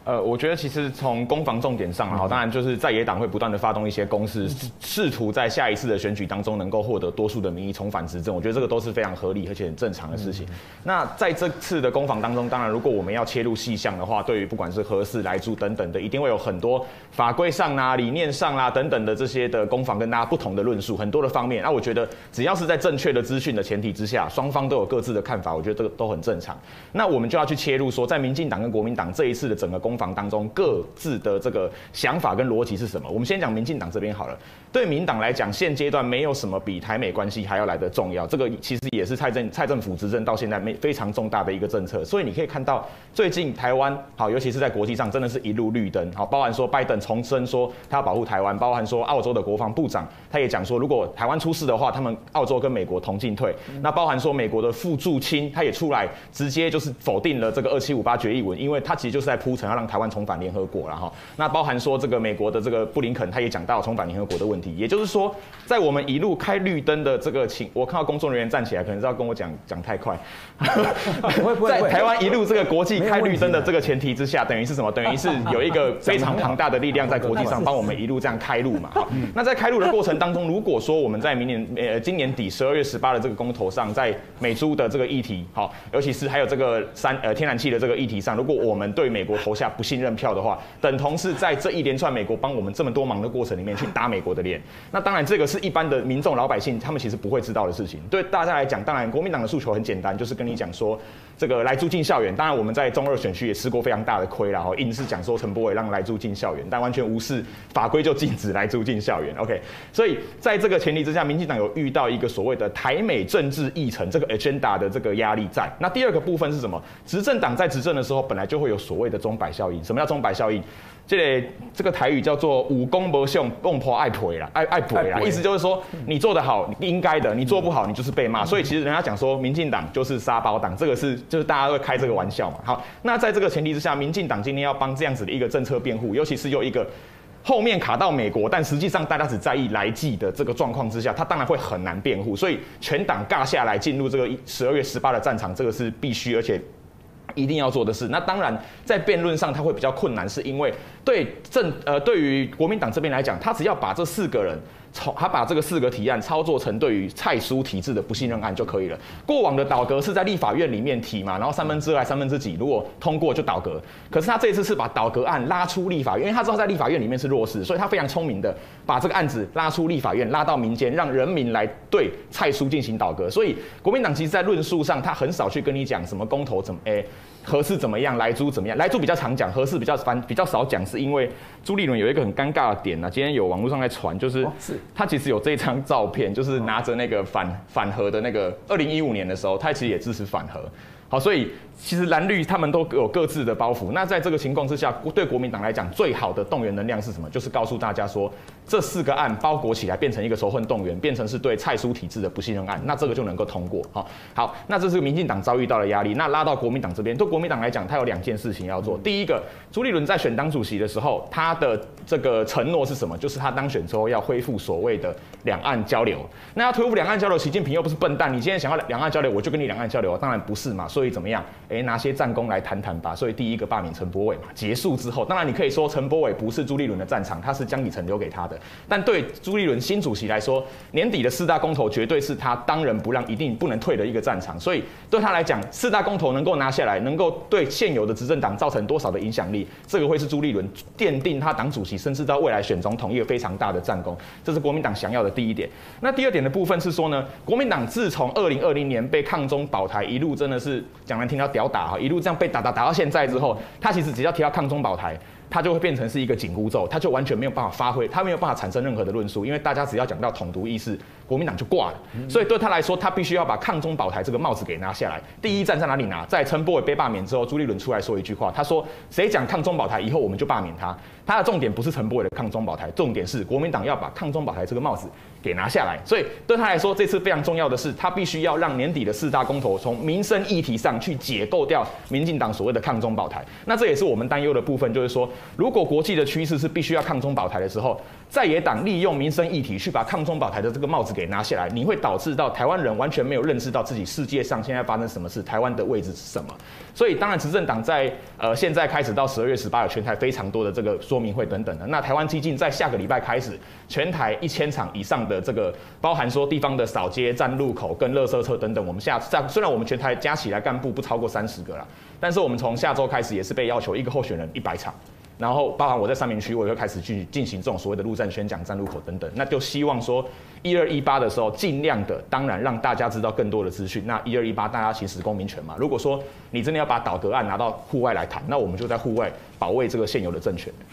我觉得其实从攻防重点上啊，当然就是在野党会不断的发动一些攻势，试图在下一次的选举当中能够获得多数的民意重返执政。我觉得这个都是非常合理而且很正常的事情。那在这次的攻防当中，当然如果我们要切入细项的话，对于不管是核四、莱猪等等的，一定会有很多法规上啦、理念上啦等等的这些的攻防跟大家不同的论述，很多的方面。那我觉得只要是在正确的资讯的前提之下，双方都有各自的看法，我觉得这个都很正常。那我们就要去切入说，在民进党跟国民党这一次的整个攻防当中，各自的这个想法跟逻辑是什么？我们先讲民进党这边好了。对民党来讲，现阶段没有什么比台美关系还要来得重要。这个其实也是蔡政府执政到现在非常重大的一个政策。所以你可以看到，最近台湾好，尤其是在国际上，真的是一路绿灯。好，包含说拜登重申说他要保护台湾，包含说澳洲的国防部长他也讲说，如果台湾出事的话，他们澳洲跟美国同进退。那包含说美国的副驻青他也出来直接就是否定了这个2758决议文，因为他其实就是在铺陈要让台湾重返联合国了哈。那包含说这个美国的这个布林肯他也讲到重返联合国的问题，也就是说，在我们一路开绿灯的这个我看到工作人员站起来，可能是要跟我讲太快。在台湾一路这个国际开绿灯的这个前提之下，等于是什么？等于是有一个非常庞大的力量在国际上帮我们一路这样开路嘛。好，那在开路的过程当中，如果说我们在今年底12月18的这个公投上，在美猪的这个议题，好，尤其是还有这个天然气的这个议题上，如果我们对美国投下不信任票的话，等同是在这一连串美国帮我们这么多忙的过程里面去打美国的脸。那当然，这个是一般的民众老百姓他们其实不会知道的事情。对大家来讲，当然国民党的诉求很简单，就是跟你讲说，这个莱猪进校园。当然我们在中2选区也吃过非常大的亏啦，硬是讲说陈柏惟让莱猪进校园，但完全无视法规就禁止莱猪进校园。OK， 所以在这个前提之下，民进党有遇到一个所谓的台美政治议程这个 agenda 的这个压力在。那第二个部分是什么？执政党在执政的时候，本来就会有所谓的钟摆效应。什么叫钟摆效应？这个台语叫做武功不凶，孟婆爱赔啦，爱赔啦，意思就是说你做得好，你应该的；你做不好，你就是被骂。所以其实人家讲说，民进党就是沙包党，这个就是大家会开这个玩笑嘛。好，那在这个前提之下，民进党今天要帮这样子的一个政策辩护，尤其是有一个后面卡到美国，但实际上大家只在意来记的这个状况之下，他当然会很难辩护。所以全党尬下来进入这个12月18的战场，这个是必须而且一定要做的事。那当然，在辩论上他会比较困难，是因为对于国民党这边来讲，他只要把这4个人，他把这个4个提案操作成对于蔡苏体制的不信任案就可以了。过往的倒阁是在立法院里面提嘛，然后2/3还2/几，如果通过就倒阁。可是他这一次是把倒阁案拉出立法院，因为他知道在立法院里面是弱势，所以他非常聪明的把这个案子拉出立法院，拉到民间，让人民来对蔡苏进行倒阁。所以国民党其实在论述上，他很少去跟你讲什么公投核四怎么样，莱猪怎么样。莱猪比较常讲，核四比较少讲，是因为朱立伦有一个很尴尬的点啊，今天有网络上在传，就是他其实有这一张照片，就是拿着那个反核的那个2015年的时候，他其实也支持反核。好，所以其实蓝绿他们都有各自的包袱。那在这个情况之下，对国民党来讲，最好的动员能量是什么？就是告诉大家说，这4个案包裹起来，变成一个仇恨动员，变成是对蔡苏体制的不信任案，那这个就能够通过。好，那这是民进党遭遇到的压力。那拉到国民党这边，对国民党来讲，他有2件事情要做。第一个，朱立伦在选党主席的时候，他的这个承诺是什么？就是他当选之后要恢复所谓的两岸交流。那要恢复两岸交流，习近平又不是笨蛋，你今天想要两岸交流，我就跟你两岸交流，当然不是嘛。所以怎么样？拿些战功来谈谈吧。所以第一个罢免陈柏惟嘛，结束之后，当然你可以说陈柏惟不是朱立伦的战场，他是江启臣留给他的。但对朱立伦新主席来说，年底的4大公投绝对是他当仁不让、一定不能退的一个战场。所以对他来讲，4大公投能够拿下来，能够对现有的执政党造成多少的影响力，这个会是朱立伦奠定他党主席甚至到未来选总统一个非常大的战功。这是国民党想要的第一点。那第二点的部分是说呢，国民党自从2020年被抗中保台一路真的是讲难听到屌打哈，一路这样被打到现在之后，他其实只要提到抗中保台，它就会变成是一个紧箍咒，它就完全没有办法发挥，它没有办法产生任何的论述，因为大家只要讲到统独意识，国民党就挂了。所以对他来说，他必须要把抗中保台这个帽子给拿下来。第一站在哪里拿？在陈柏惟被罢免之后，朱立伦出来说一句话，他说：“谁讲抗中保台，以后我们就罢免他。”他的重点不是陈柏惟的抗中保台，重点是国民党要把抗中保台这个帽子给拿下来。所以对他来说，这次非常重要的是，他必须要让年底的4大公投从民生议题上去解构掉民进党所谓的抗中保台。那这也是我们担忧的部分，就是说，如果国际的趋势是必须要抗中保台的时候，在野党利用民生议题去把抗中保台的这个帽子给拿下来，你会导致到台湾人完全没有认知到自己世界上现在发生什么事，台湾的位置是什么。所以当然执政党在现在开始到12月18有全台非常多的这个说明会等等的。那台湾基进在下个礼拜开始，全台1000场以上的这个，包含说地方的扫街、站路口跟垃圾车等等，我们虽然我们全台加起来干部不超过30个啦，但是我们从下周开始也是被要求一个候选人100场。然后，包含我在3民区，我也会开始去进行这种所谓的陆战宣讲、站路口等等。那就希望说，12、18的时候，尽量的，当然让大家知道更多的资讯。那12、18大家行使公民权嘛。如果说你真的要把倒戈案拿到户外来谈，那我们就在户外保卫这个现有的政权。